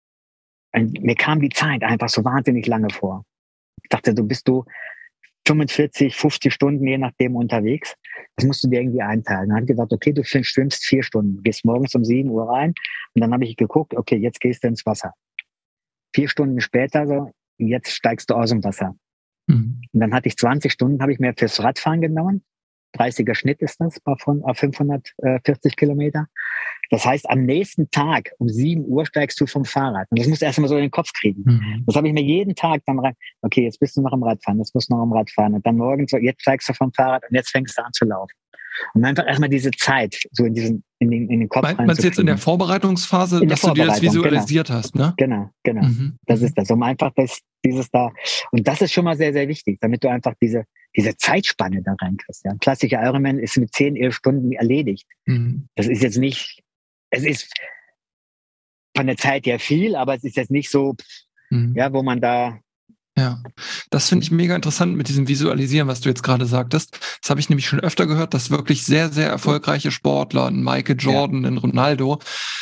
Und mir kam die Zeit einfach so wahnsinnig lange vor. Ich dachte, du bist du fünfundvierzig, fünfzig Stunden, je nachdem, unterwegs. Das musst du dir irgendwie einteilen. Dann habe ich gedacht, okay, du schwimmst vier Stunden. Du gehst morgens um sieben Uhr rein. Und dann habe ich geguckt, okay, jetzt gehst du ins Wasser. Vier Stunden später, so, jetzt steigst du aus dem Wasser. Und dann hatte ich zwanzig Stunden, habe ich mir fürs Radfahren genommen. dreißiger Schnitt ist das auf fünfhundertvierzig Kilometer. Das heißt, am nächsten Tag um sieben Uhr steigst du vom Fahrrad. Und das musst du erst mal so in den Kopf kriegen. Mhm. Das habe ich mir jeden Tag dann rein. Okay, jetzt bist du noch am Radfahren, jetzt musst du noch am Radfahren. Und dann morgens so, jetzt steigst du vom Fahrrad und jetzt fängst du an zu laufen. Und einfach erstmal diese Zeit so in diesen, in den, in den Kopf rein. Meinst du jetzt in der Vorbereitungsphase, in der dass Vorbereitung, du dir das visualisiert genau. hast, ne? Genau, genau. Mhm. Das ist das. Um einfach das, dieses da. Und das ist schon mal sehr, sehr wichtig, damit du einfach diese, diese Zeitspanne da reinkriegst. Ja. Ein klassischer Ironman ist mit zehn, elf Stunden erledigt. Mhm. Das ist jetzt nicht, es ist von der Zeit her viel, aber es ist jetzt nicht so, mhm. ja, wo man da. Ja, das finde ich mega interessant mit diesem Visualisieren, was du jetzt gerade sagtest. Das habe ich nämlich schon öfter gehört, dass wirklich sehr, sehr erfolgreiche Sportler, ein Michael Jordan, ja. ein Ronaldo,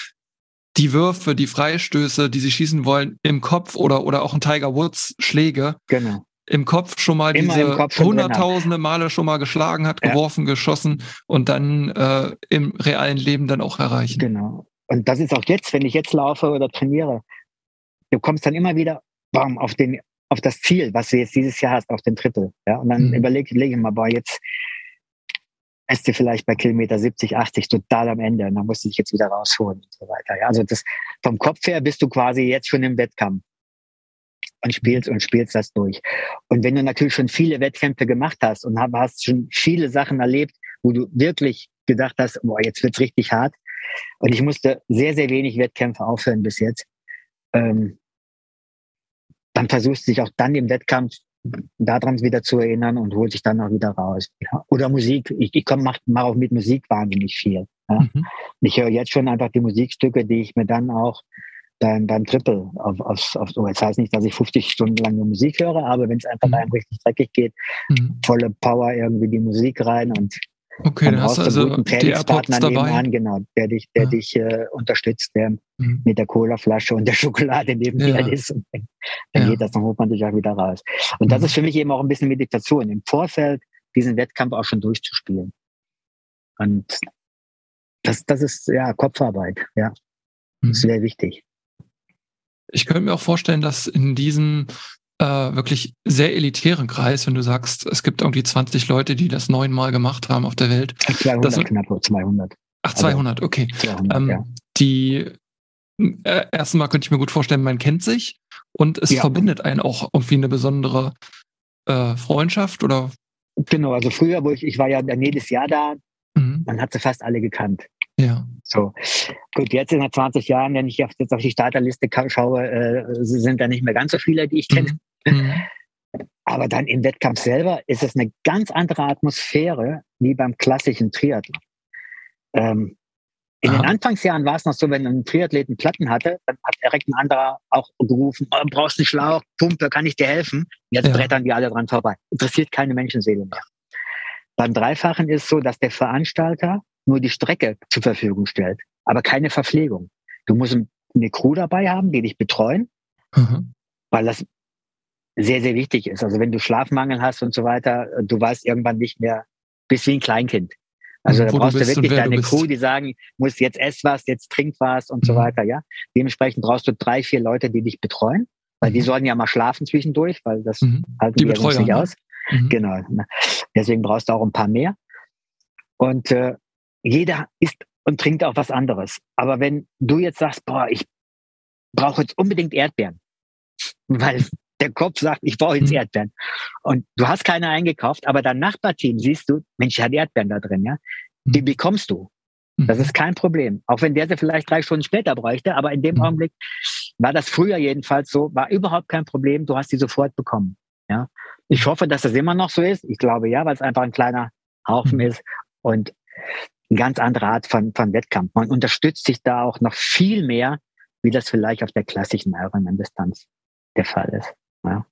die Würfe, die Freistöße, die sie schießen wollen, im Kopf oder, oder auch ein Tiger Woods Schläge, genau. im Kopf schon mal Immer diese hunderttausende Male schon mal geschlagen hat, ja. geworfen, geschossen und dann äh, im realen Leben dann auch erreichen. Genau. Und das ist auch jetzt, wenn ich jetzt laufe oder trainiere, du kommst dann immer wieder bam, auf den auf das Ziel, was du jetzt dieses Jahr hast, auf den Triple. Ja? Und dann mhm. überlege leg ich mal, boah, jetzt bist du vielleicht bei Kilometer siebzig, achtzig total am Ende und dann musst du dich jetzt wieder rausholen und so weiter. Ja? Also das, vom Kopf her bist du quasi jetzt schon im Wettkampf und spielst und spielst das durch. Und wenn du natürlich schon viele Wettkämpfe gemacht hast und hast schon viele Sachen erlebt, wo du wirklich gedacht hast, boah, jetzt wird's richtig hart. Und ich musste sehr, sehr wenig Wettkämpfe aufhören bis jetzt. Ähm, dann versuchst du dich auch dann im Wettkampf daran wieder zu erinnern und holst dich dann auch wieder raus. Ja. Oder Musik. Ich, ich komm, mach, mach auch mit Musik wahnsinnig viel. Ja? Mhm. Ich höre jetzt schon einfach die Musikstücke, die ich mir dann auch beim, beim Triple auf, auf, auf so. Das heißt nicht, dass ich fünfzig Stunden lang nur Musik höre, aber wenn es einfach Mhm. einem richtig dreckig geht, Mhm. volle Power irgendwie die Musik rein und Okay, dann dann hast brauchst du du einen also guten die Trainingspartner AirPods dabei. nebenan, genau, der dich, der Ja. dich äh, unterstützt, der Mhm. mit der Colaflasche und der Schokolade neben Ja. dir ist. Und dann dann Ja. geht das, dann holt man sich auch wieder raus. Und das Mhm. ist für mich eben auch ein bisschen Meditation, im Vorfeld diesen Wettkampf auch schon durchzuspielen. Und das, das ist ja Kopfarbeit, ja. Das ist Mhm. sehr wichtig. Ich könnte mir auch vorstellen, dass in diesem äh, wirklich sehr elitären Kreis, wenn du sagst, es gibt irgendwie zwanzig Leute, die das neunmal gemacht haben auf der Welt. zweihundert, Das, knapp zweihundert. ach, zweihundert, okay. zweihundert, Ähm, ja. Die äh, erstmal könnte ich mir gut vorstellen, man kennt sich und es Ja. verbindet einen auch irgendwie eine besondere äh, Freundschaft oder. Genau, also früher, wo ich, ich war ja dann jedes Jahr da, Mhm. man hat sie fast alle gekannt. Ja. So. Gut, jetzt in zwanzig Jahren, wenn ich jetzt auf die Starterliste schaue, äh, sind da nicht mehr ganz so viele, die ich kenne. Mhm. Aber dann im Wettkampf selber ist es eine ganz andere Atmosphäre wie beim klassischen Triathlon. Ähm, in Aha. den Anfangsjahren war es noch so, wenn ein Triathleten Platten hatte, dann hat direkt ein anderer auch gerufen, oh, brauchst einen Schlauch, Pumpe, kann ich dir helfen? Jetzt Ja. brettern die alle dran vorbei. Interessiert keine Menschenseele mehr. Beim Dreifachen ist es so, dass der Veranstalter nur die Strecke zur Verfügung stellt, aber keine Verpflegung. Du musst eine Crew dabei haben, die dich betreuen, Mhm. weil das sehr, sehr wichtig ist. Also wenn du Schlafmangel hast und so weiter, du weißt irgendwann nicht mehr, bist wie ein Kleinkind. Also da Wo du brauchst du bist und wirklich wer du deine bist. Crew, die sagen, muss jetzt ess was, jetzt trink was und so Mhm. weiter, ja. Dementsprechend brauchst du drei, vier Leute, die dich betreuen, weil die Mhm. sollen ja mal schlafen zwischendurch, weil das Mhm. halten Die die ja sonst Betreuer, nicht ne? aus. Mhm. Genau. Deswegen brauchst du auch ein paar mehr. Und äh, jeder isst und trinkt auch was anderes. Aber wenn du jetzt sagst, boah, ich brauche jetzt unbedingt Erdbeeren, weil der Kopf sagt, ich brauche jetzt Mhm. Erdbeeren. Und du hast keine eingekauft, aber dein Nachbarteam siehst du, Mensch, hat Erdbeeren da drin, ja. Die Mhm. bekommst du. Das ist kein Problem. Auch wenn der sie vielleicht drei Stunden später bräuchte, aber in dem Mhm. Augenblick war das früher jedenfalls so, war überhaupt kein Problem. Du hast die sofort bekommen. Ja. Ich hoffe, dass das immer noch so ist. Ich glaube ja, weil es einfach ein kleiner Haufen Mhm. ist und eine ganz andere Art von, von Wettkampf. Man unterstützt sich da auch noch viel mehr, wie das vielleicht auf der klassischen Ironman-Distanz der Fall ist. Ja.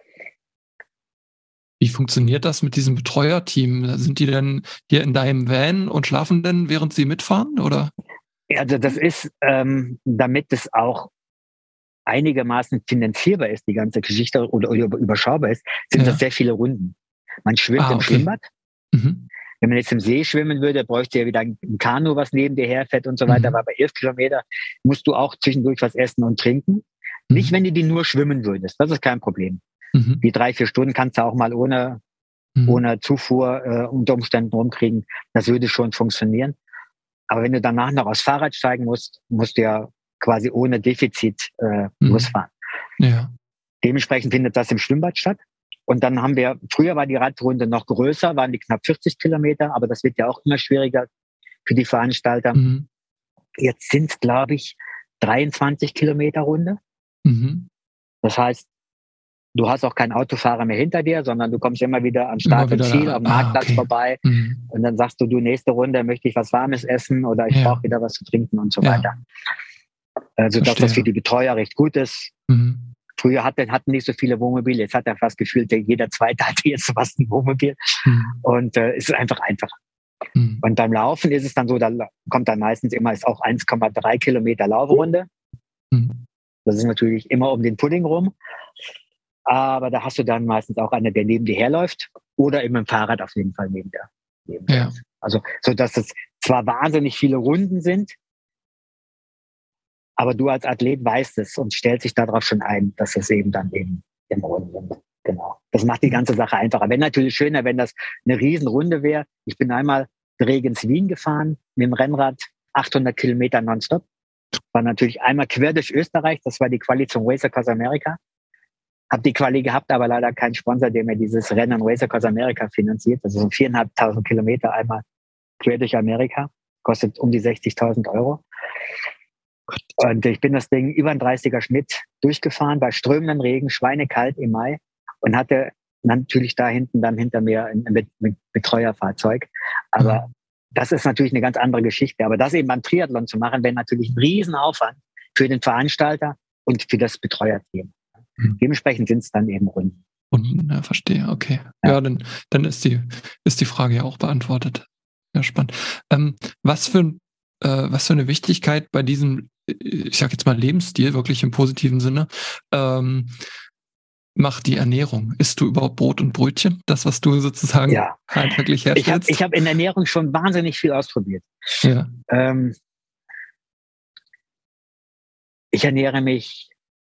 Wie funktioniert das mit diesem Betreuerteam? Sind die denn hier in deinem Van und schlafen denn, während sie mitfahren, oder? Also das ist, ähm, damit es auch einigermaßen finanzierbar ist, die ganze Geschichte, oder, oder überschaubar ist, sind Ja. das sehr viele Runden. Man schwimmt Ah, im okay. Schwimmbad. Mhm. Wenn man jetzt im See schwimmen würde, bräuchte ja wieder ein Kanu, was neben dir herfährt und so weiter. Mhm. Aber bei elf Kilometer musst du auch zwischendurch was essen und trinken. Mhm. Nicht, wenn du die nur schwimmen würdest. Das ist kein Problem. Mhm. Die drei, vier Stunden kannst du auch mal ohne, Mhm. ohne Zufuhr äh, unter Umständen rumkriegen. Das würde schon funktionieren. Aber wenn du danach noch aufs Fahrrad steigen musst, musst du ja quasi ohne Defizit äh, Mhm. losfahren. Ja. Dementsprechend findet das im Schwimmbad statt. Und dann haben wir, früher war die Radrunde noch größer, waren die knapp vierzig Kilometer, aber das wird ja auch immer schwieriger für die Veranstalter. Mhm. Jetzt sind es, glaube ich, dreiundzwanzig Kilometer Runde. Mhm. Das heißt, du hast auch keinen Autofahrer mehr hinter dir, sondern du kommst immer wieder an Start Immer und wieder Ziel, da. am Ah, Marktplatz okay. vorbei. Mhm. Und dann sagst du, du, nächste Runde möchte ich was Warmes essen oder ich Ja. brauche wieder was zu trinken und so Ja. weiter. Also, dass das für Verstehe. die Betreuer recht gut ist. Mhm. Früher hatte, hatten nicht so viele Wohnmobile. Jetzt hat er fast gefühlt, jeder Zweite hatte jetzt fast ein Wohnmobil. Mhm. Und äh, es ist einfach einfacher. Mhm. Und beim Laufen ist es dann so, da kommt dann meistens immer, ist auch eins Komma drei Kilometer Laufrunde. Mhm. Das ist natürlich immer um den Pudding rum. Aber da hast du dann meistens auch einer, der neben dir herläuft oder eben im Fahrrad auf jeden Fall neben der. Neben Ja. der. Also, so dass es zwar wahnsinnig viele Runden sind, aber du als Athlet weißt es und stellst dich darauf schon ein, dass es eben dann eben im Runden sind. Genau. Das macht die ganze Sache einfacher. Wäre natürlich schöner, wenn das eine Riesenrunde wäre. Ich bin einmal Bregenz-Wien gefahren mit dem Rennrad, achthundert Kilometer nonstop. War natürlich einmal quer durch Österreich. Das war die Quali zum Race Across America. Hab die Quali gehabt, aber leider keinen Sponsor, der mir dieses Rennen Race Across America finanziert. Das sind viereinhalbtausend Kilometer einmal quer durch Amerika. Kostet um die sechzigtausend Euro. Und ich bin das Ding über einen dreißiger Schnitt durchgefahren bei strömendem Regen, schweinekalt im Mai und hatte natürlich da hinten dann hinter mir ein Betreuerfahrzeug. Aber das ist natürlich eine ganz andere Geschichte. Aber das eben beim Triathlon zu machen, wäre natürlich ein Riesenaufwand für den Veranstalter und für das Betreuerteam. Mhm. Dementsprechend sind es dann eben Runden. Runden, ja, verstehe, okay. Ja, ja dann, dann ist, die, ist die Frage ja auch beantwortet. Ja, spannend. Ähm, was, für, äh, was für eine Wichtigkeit bei diesem, ich sag jetzt mal Lebensstil, wirklich im positiven Sinne, ähm, macht die Ernährung? Isst du überhaupt Brot und Brötchen? Das, was du sozusagen ja. handwerklich herstellst? Ich habe ich hab in Ernährung schon wahnsinnig viel ausprobiert. Ja. Ähm, ich ernähre mich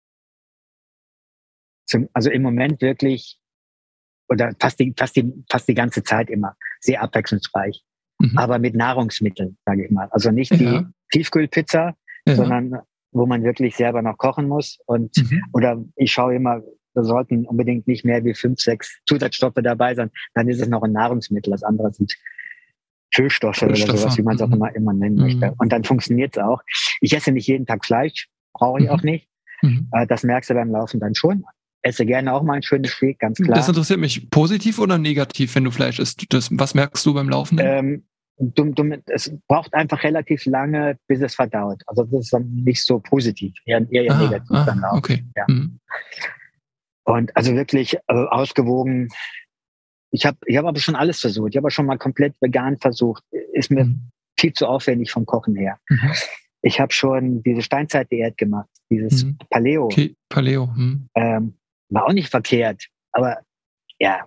zum, also im Moment wirklich oder fast die, fast die, fast die ganze Zeit immer sehr abwechslungsreich. Mhm. Aber mit Nahrungsmitteln, sage ich mal. Also nicht ja. die Tiefkühlpizza, ja. sondern wo man wirklich selber noch kochen muss. Und mhm. oder ich schaue immer, da sollten unbedingt nicht mehr wie fünf, sechs Zusatzstoffe dabei sein. Dann ist es noch ein Nahrungsmittel. Das andere sind Füllstoffe, Füllstoffe. oder sowas, wie man es mhm. auch immer, immer nennen mhm. möchte. Und dann funktioniert es auch. Ich esse nicht jeden Tag Fleisch, brauche ich mhm. auch nicht. Mhm. Das merkst du beim Laufen dann schon. Esse gerne auch mal ein schönes Steak, ganz klar. Das interessiert mich. Positiv oder negativ, wenn du Fleisch isst? Das, was merkst du beim Laufen? Ähm, du, du, es braucht einfach relativ lange, bis es verdaut. Also das ist dann nicht so positiv, eher, eher ah, negativ ah, dann auch. Okay. Ja. Mhm. Und also wirklich äh, ausgewogen. Ich habe ich hab aber schon alles versucht. Ich habe schon mal komplett vegan versucht. Ist mir mhm. viel zu aufwendig vom Kochen her. Mhm. Ich habe schon diese Steinzeit-Diät gemacht, dieses mhm. Paleo. Okay. Paleo. Mhm. Ähm, war auch nicht verkehrt, aber ja.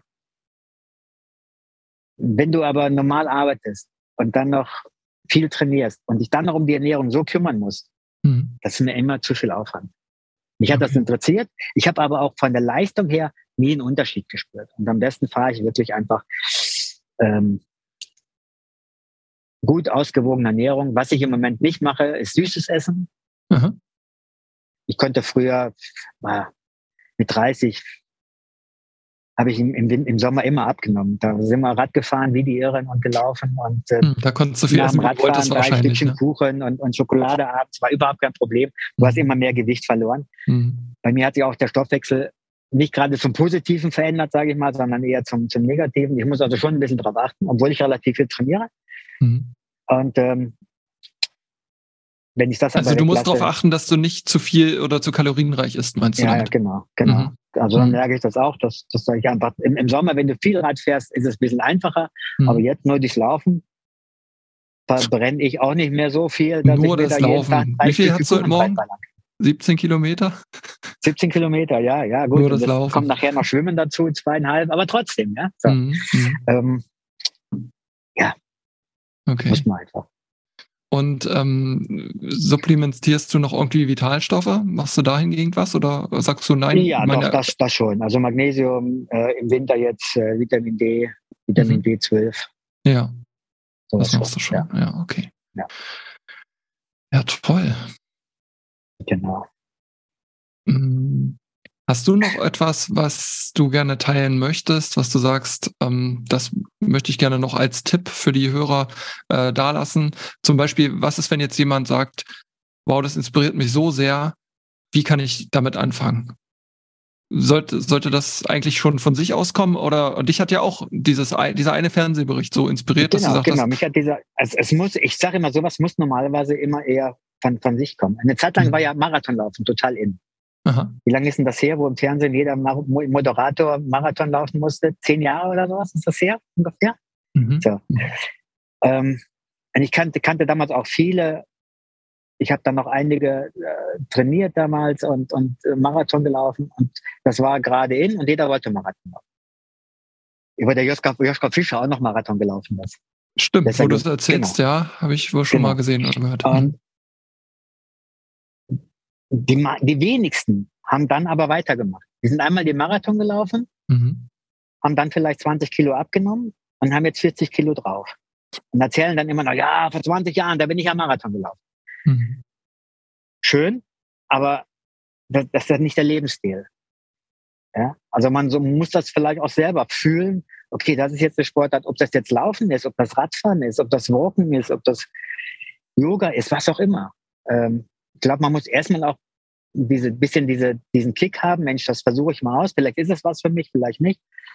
Wenn du aber normal arbeitest und dann noch viel trainierst und dich dann noch um die Ernährung so kümmern musst, mhm. das ist mir immer zu viel Aufwand. Mich hat okay. das interessiert. Ich habe aber auch von der Leistung her nie einen Unterschied gespürt. Und am besten fahre ich wirklich einfach ähm, gut ausgewogene Ernährung. Was ich im Moment nicht mache, ist süßes Essen. Mhm. Ich konnte früher äh, mit dreißig habe ich im, im, im Sommer immer abgenommen. Da sind wir Rad gefahren wie die Irren und gelaufen. Und äh, hm, da konntest du viel essen, Radfahren, drei Stückchen ne? Kuchen und, und Schokolade abends. War überhaupt kein Problem. Du mhm. hast immer mehr Gewicht verloren. Mhm. Bei mir hat sich auch der Stoffwechsel nicht gerade zum Positiven verändert, sage ich mal, sondern eher zum, zum Negativen. Ich muss also schon ein bisschen drauf achten, obwohl ich relativ viel trainiere. Mhm. Und ähm, wenn ich das also du musst darauf achten, dass du nicht zu viel oder zu kalorienreich isst, meinst du ja, damit? Ja, genau, genau. Mhm. Also dann merke ich das auch, dass, dass sage ich einfach, im, im Sommer, wenn du viel Rad fährst, ist es ein bisschen einfacher, mhm. aber jetzt nur durchs Laufen verbrenne ich auch nicht mehr so viel, dass nur ich mir das da Laufen. jeden Tag Wie viel hast du heute Morgen? siebzehn Kilometer? siebzehn Kilometer, ja, ja, gut. Nur das, das Laufen. Kommt nachher noch Schwimmen dazu, zweieinhalb, aber trotzdem, ja. So. Mhm. Ähm, ja, okay. muss man einfach. Und ähm, supplementierst du noch irgendwie Vitalstoffe? Machst du da hingegen was oder sagst du nein? Ja, meine... doch, das, das schon. Also Magnesium, äh, im Winter jetzt äh, Vitamin D, Vitamin mhm. B zwölf. Ja, so das machst du schon. Ja, ja okay. Ja. ja, toll. Genau. Hast du noch etwas, was du gerne teilen möchtest, was du sagst, ähm, das möchte ich gerne noch als Tipp für die Hörer äh, dalassen? Zum Beispiel, was ist, wenn jetzt jemand sagt, wow, das inspiriert mich so sehr, wie kann ich damit anfangen? Sollte, sollte das eigentlich schon von sich auskommen? Oder und dich hat ja auch dieses, dieser eine Fernsehbericht so inspiriert, genau, dass du sagst, genau. Mich hat dieser, also es muss, ich sage immer, sowas muss normalerweise immer eher von, von sich kommen. Eine Zeit lang mhm. war ja Marathonlaufen total in. Aha. Wie lange ist denn das her, wo im Fernsehen jeder Moderator Marathon laufen musste? Zehn Jahre oder sowas ist das her ungefähr? Mhm. So. Ähm, und ich kannte, kannte damals auch viele. Ich habe dann noch einige äh, trainiert damals und, und äh, Marathon gelaufen. Und das war gerade in und jeder wollte Marathon laufen. Über der Joschka, Joschka Fischer auch noch Marathon gelaufen ist. Stimmt, wo du es erzählst, genau. ja, habe ich wohl schon genau. mal gesehen oder gehört. Und Die, die wenigsten haben dann aber weitergemacht. Die sind einmal den Marathon gelaufen, mhm. haben dann vielleicht zwanzig Kilo abgenommen und haben jetzt vierzig Kilo drauf. Und erzählen dann immer noch, ja, vor zwanzig Jahren, da bin ich am Marathon gelaufen. Mhm. Schön, aber das, das ist nicht der Lebensstil. Ja? Also man so, muss das vielleicht auch selber fühlen. Okay, das ist jetzt der Sportart, ob das jetzt Laufen ist, ob das Radfahren ist, ob das Walken ist, ob das Yoga ist, was auch immer. Ähm, Ich glaube, man muss erstmal auch diese bisschen diese, diesen Kick haben. Mensch, das versuche ich mal aus. Vielleicht ist es was für mich, vielleicht nicht.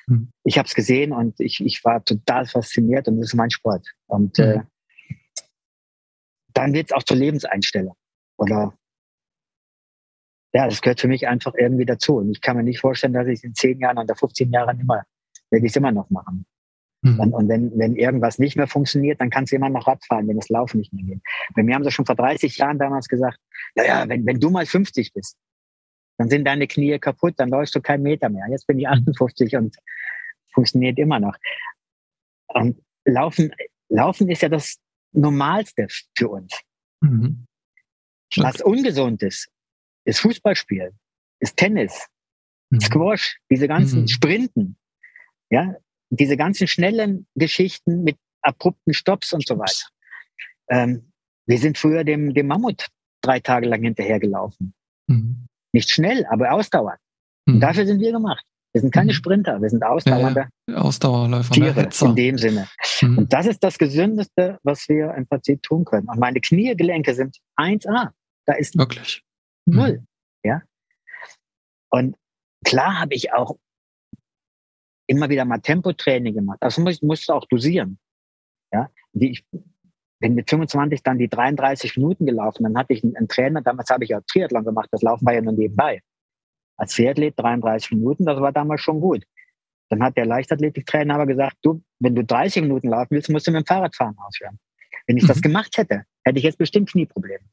mhm. ich habe es gesehen und ich, ich war total fasziniert und das ist mein Sport. Und mhm. äh, dann wird es auch zur Lebenseinstellung. Oder ja, das gehört für mich einfach irgendwie dazu. Und ich kann mir nicht vorstellen, dass ich es in zehn Jahren oder fünfzehn Jahren immer, werde ich es immer noch machen. Mhm. Und, und wenn, wenn irgendwas nicht mehr funktioniert, dann kannst du immer noch Rad fahren, wenn das Laufen nicht mehr geht. Bei mir haben sie schon vor dreißig Jahren damals gesagt, naja, wenn, wenn du mal fünfzig bist, dann sind deine Knie kaputt, dann läufst du keinen Meter mehr. Jetzt bin ich achtundfünfzig und funktioniert immer noch. Und Laufen, Laufen ist ja das Normalste für uns. Mhm. Was ungesund ist, ist Fußballspielen, ist Tennis, mhm. Squash, diese ganzen mhm. Sprinten, ja, diese ganzen schnellen Geschichten mit abrupten Stopps und so weiter. Ähm, wir sind früher dem, dem Mammut drei Tage lang hinterhergelaufen. Mhm. Nicht schnell, aber ausdauernd. Mhm. Und dafür sind wir gemacht. Wir sind keine mhm. Sprinter, wir sind ausdauernde ja, ja. Ausdauerläufer, Tiere in dem Sinne. Mhm. Und das ist das Gesündeste, was wir im Prinzip tun können. Und meine Kniegelenke sind eins A. Da ist wirklich null. Mhm. Ja. Und klar habe ich auch immer wieder mal Tempotraining gemacht. Das musst, musst du auch dosieren. Ja. Die, ich bin mit fünfundzwanzig dann die dreiunddreißig Minuten gelaufen. Dann hatte ich einen, einen Trainer, damals habe ich ja Triathlon gemacht, das Laufen war ja nur nebenbei. Als Triathlet dreiunddreißig Minuten, das war damals schon gut. Dann hat der Leichtathletiktrainer aber gesagt, du, wenn du dreißig Minuten laufen willst, musst du mit dem Fahrradfahren aufhören. Wenn ich mhm. das gemacht hätte, hätte ich jetzt bestimmt Knieprobleme.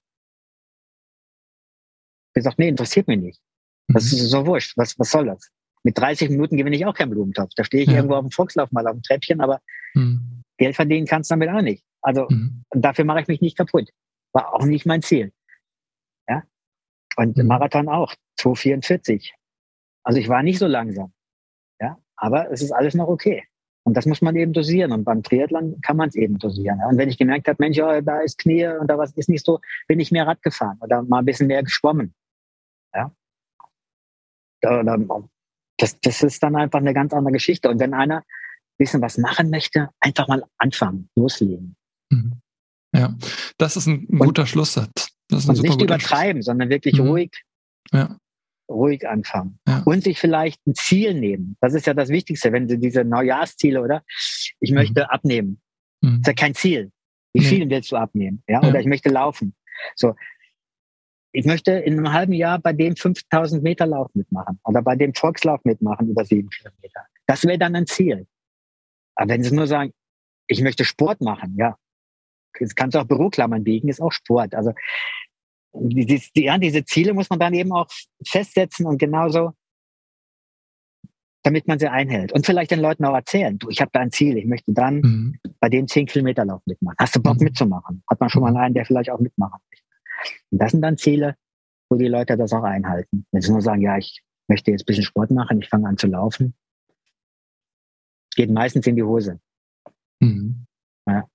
Ich habe gesagt, nee, interessiert mich nicht. Das mhm. ist so wurscht. Was, was soll das? Mit dreißig Minuten gewinne ich auch keinen Blumentopf. Da stehe ich ja. irgendwo auf dem Volkslauf mal auf dem Treppchen, aber mhm. Geld verdienen kannst du damit auch nicht. Also mhm. dafür mache ich mich nicht kaputt. War auch nicht mein Ziel. Ja? Und mhm. Marathon auch, zwei vierundvierzig. Also ich war nicht so langsam. Ja? Aber es ist alles noch okay. Und das muss man eben dosieren. Und beim Triathlon kann man es eben dosieren. Ja? Und wenn ich gemerkt habe, Mensch, ja, da ist Knie und da was ist nicht so, bin ich mehr Rad gefahren oder mal ein bisschen mehr geschwommen. Ja? Da, da, das, das ist dann einfach eine ganz andere Geschichte. Und wenn einer ein bisschen was machen möchte, einfach mal anfangen, loslegen. Mhm. Ja, das ist ein guter und, Schlusssatz. Das ist ein und super nicht übertreiben, sondern wirklich mhm. ruhig, ja. ruhig anfangen. Ja. Und sich vielleicht ein Ziel nehmen. Das ist ja das Wichtigste, wenn Sie diese Neujahrsziele, oder? Ich möchte mhm. abnehmen. Mhm. Das ist ja kein Ziel. Wie viel nee. willst du abnehmen? Ja? Oder ja. ich möchte laufen. So. Ich möchte in einem halben Jahr bei dem fünftausend Meter Lauf mitmachen oder bei dem Volkslauf mitmachen über sieben Kilometer. Das wäre dann ein Ziel. Aber wenn Sie nur sagen, ich möchte Sport machen, ja, das kannst du auch Büroklammern biegen, ist auch Sport. Also die, die, ja, diese Ziele muss man dann eben auch festsetzen und genauso, damit man sie einhält. Und vielleicht den Leuten auch erzählen, du, ich habe da ein Ziel, ich möchte dann mhm. bei dem zehn Kilometer Lauf mitmachen. Hast du Bock mhm. mitzumachen? Hat man schon mal einen, der vielleicht auch mitmachen möchte. Und das sind dann Ziele, wo die Leute das auch einhalten. Wenn sie nur sagen, ja, ich möchte jetzt ein bisschen Sport machen, ich fange an zu laufen, geht meistens in die Hose. Mhm. Ja.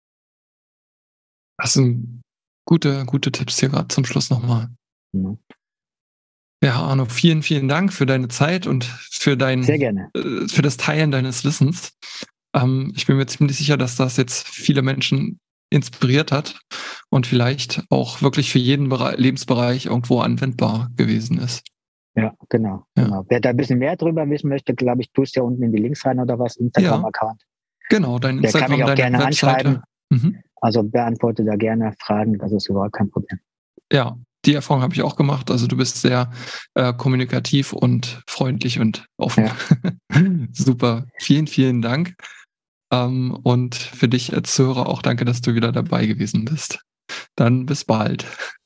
Das sind gute, gute Tipps hier gerade zum Schluss nochmal. Mhm. Ja, Arno, vielen, vielen Dank für deine Zeit und für dein, Sehr gerne. Äh, für das Teilen deines Wissens. Ähm, ich bin mir ziemlich sicher, dass das jetzt viele Menschen inspiriert hat und vielleicht auch wirklich für jeden Bereich, Lebensbereich irgendwo anwendbar gewesen ist. Ja, genau, ja. genau. Wer da ein bisschen mehr drüber wissen möchte, glaube ich, tust ja unten in die Links rein oder was, Instagram-Account. Ja, genau, dein Instagram, der kann mich auch gerne Webseite. Anschreiben. Mhm. Also beantworte da gerne Fragen, das ist überhaupt kein Problem. Ja, die Erfahrung habe ich auch gemacht. Also du bist sehr äh, kommunikativ und freundlich und offen. Ja. Super, vielen, vielen Dank. Ähm, und für dich als Zuhörer auch danke, dass du wieder dabei gewesen bist. Dann bis bald.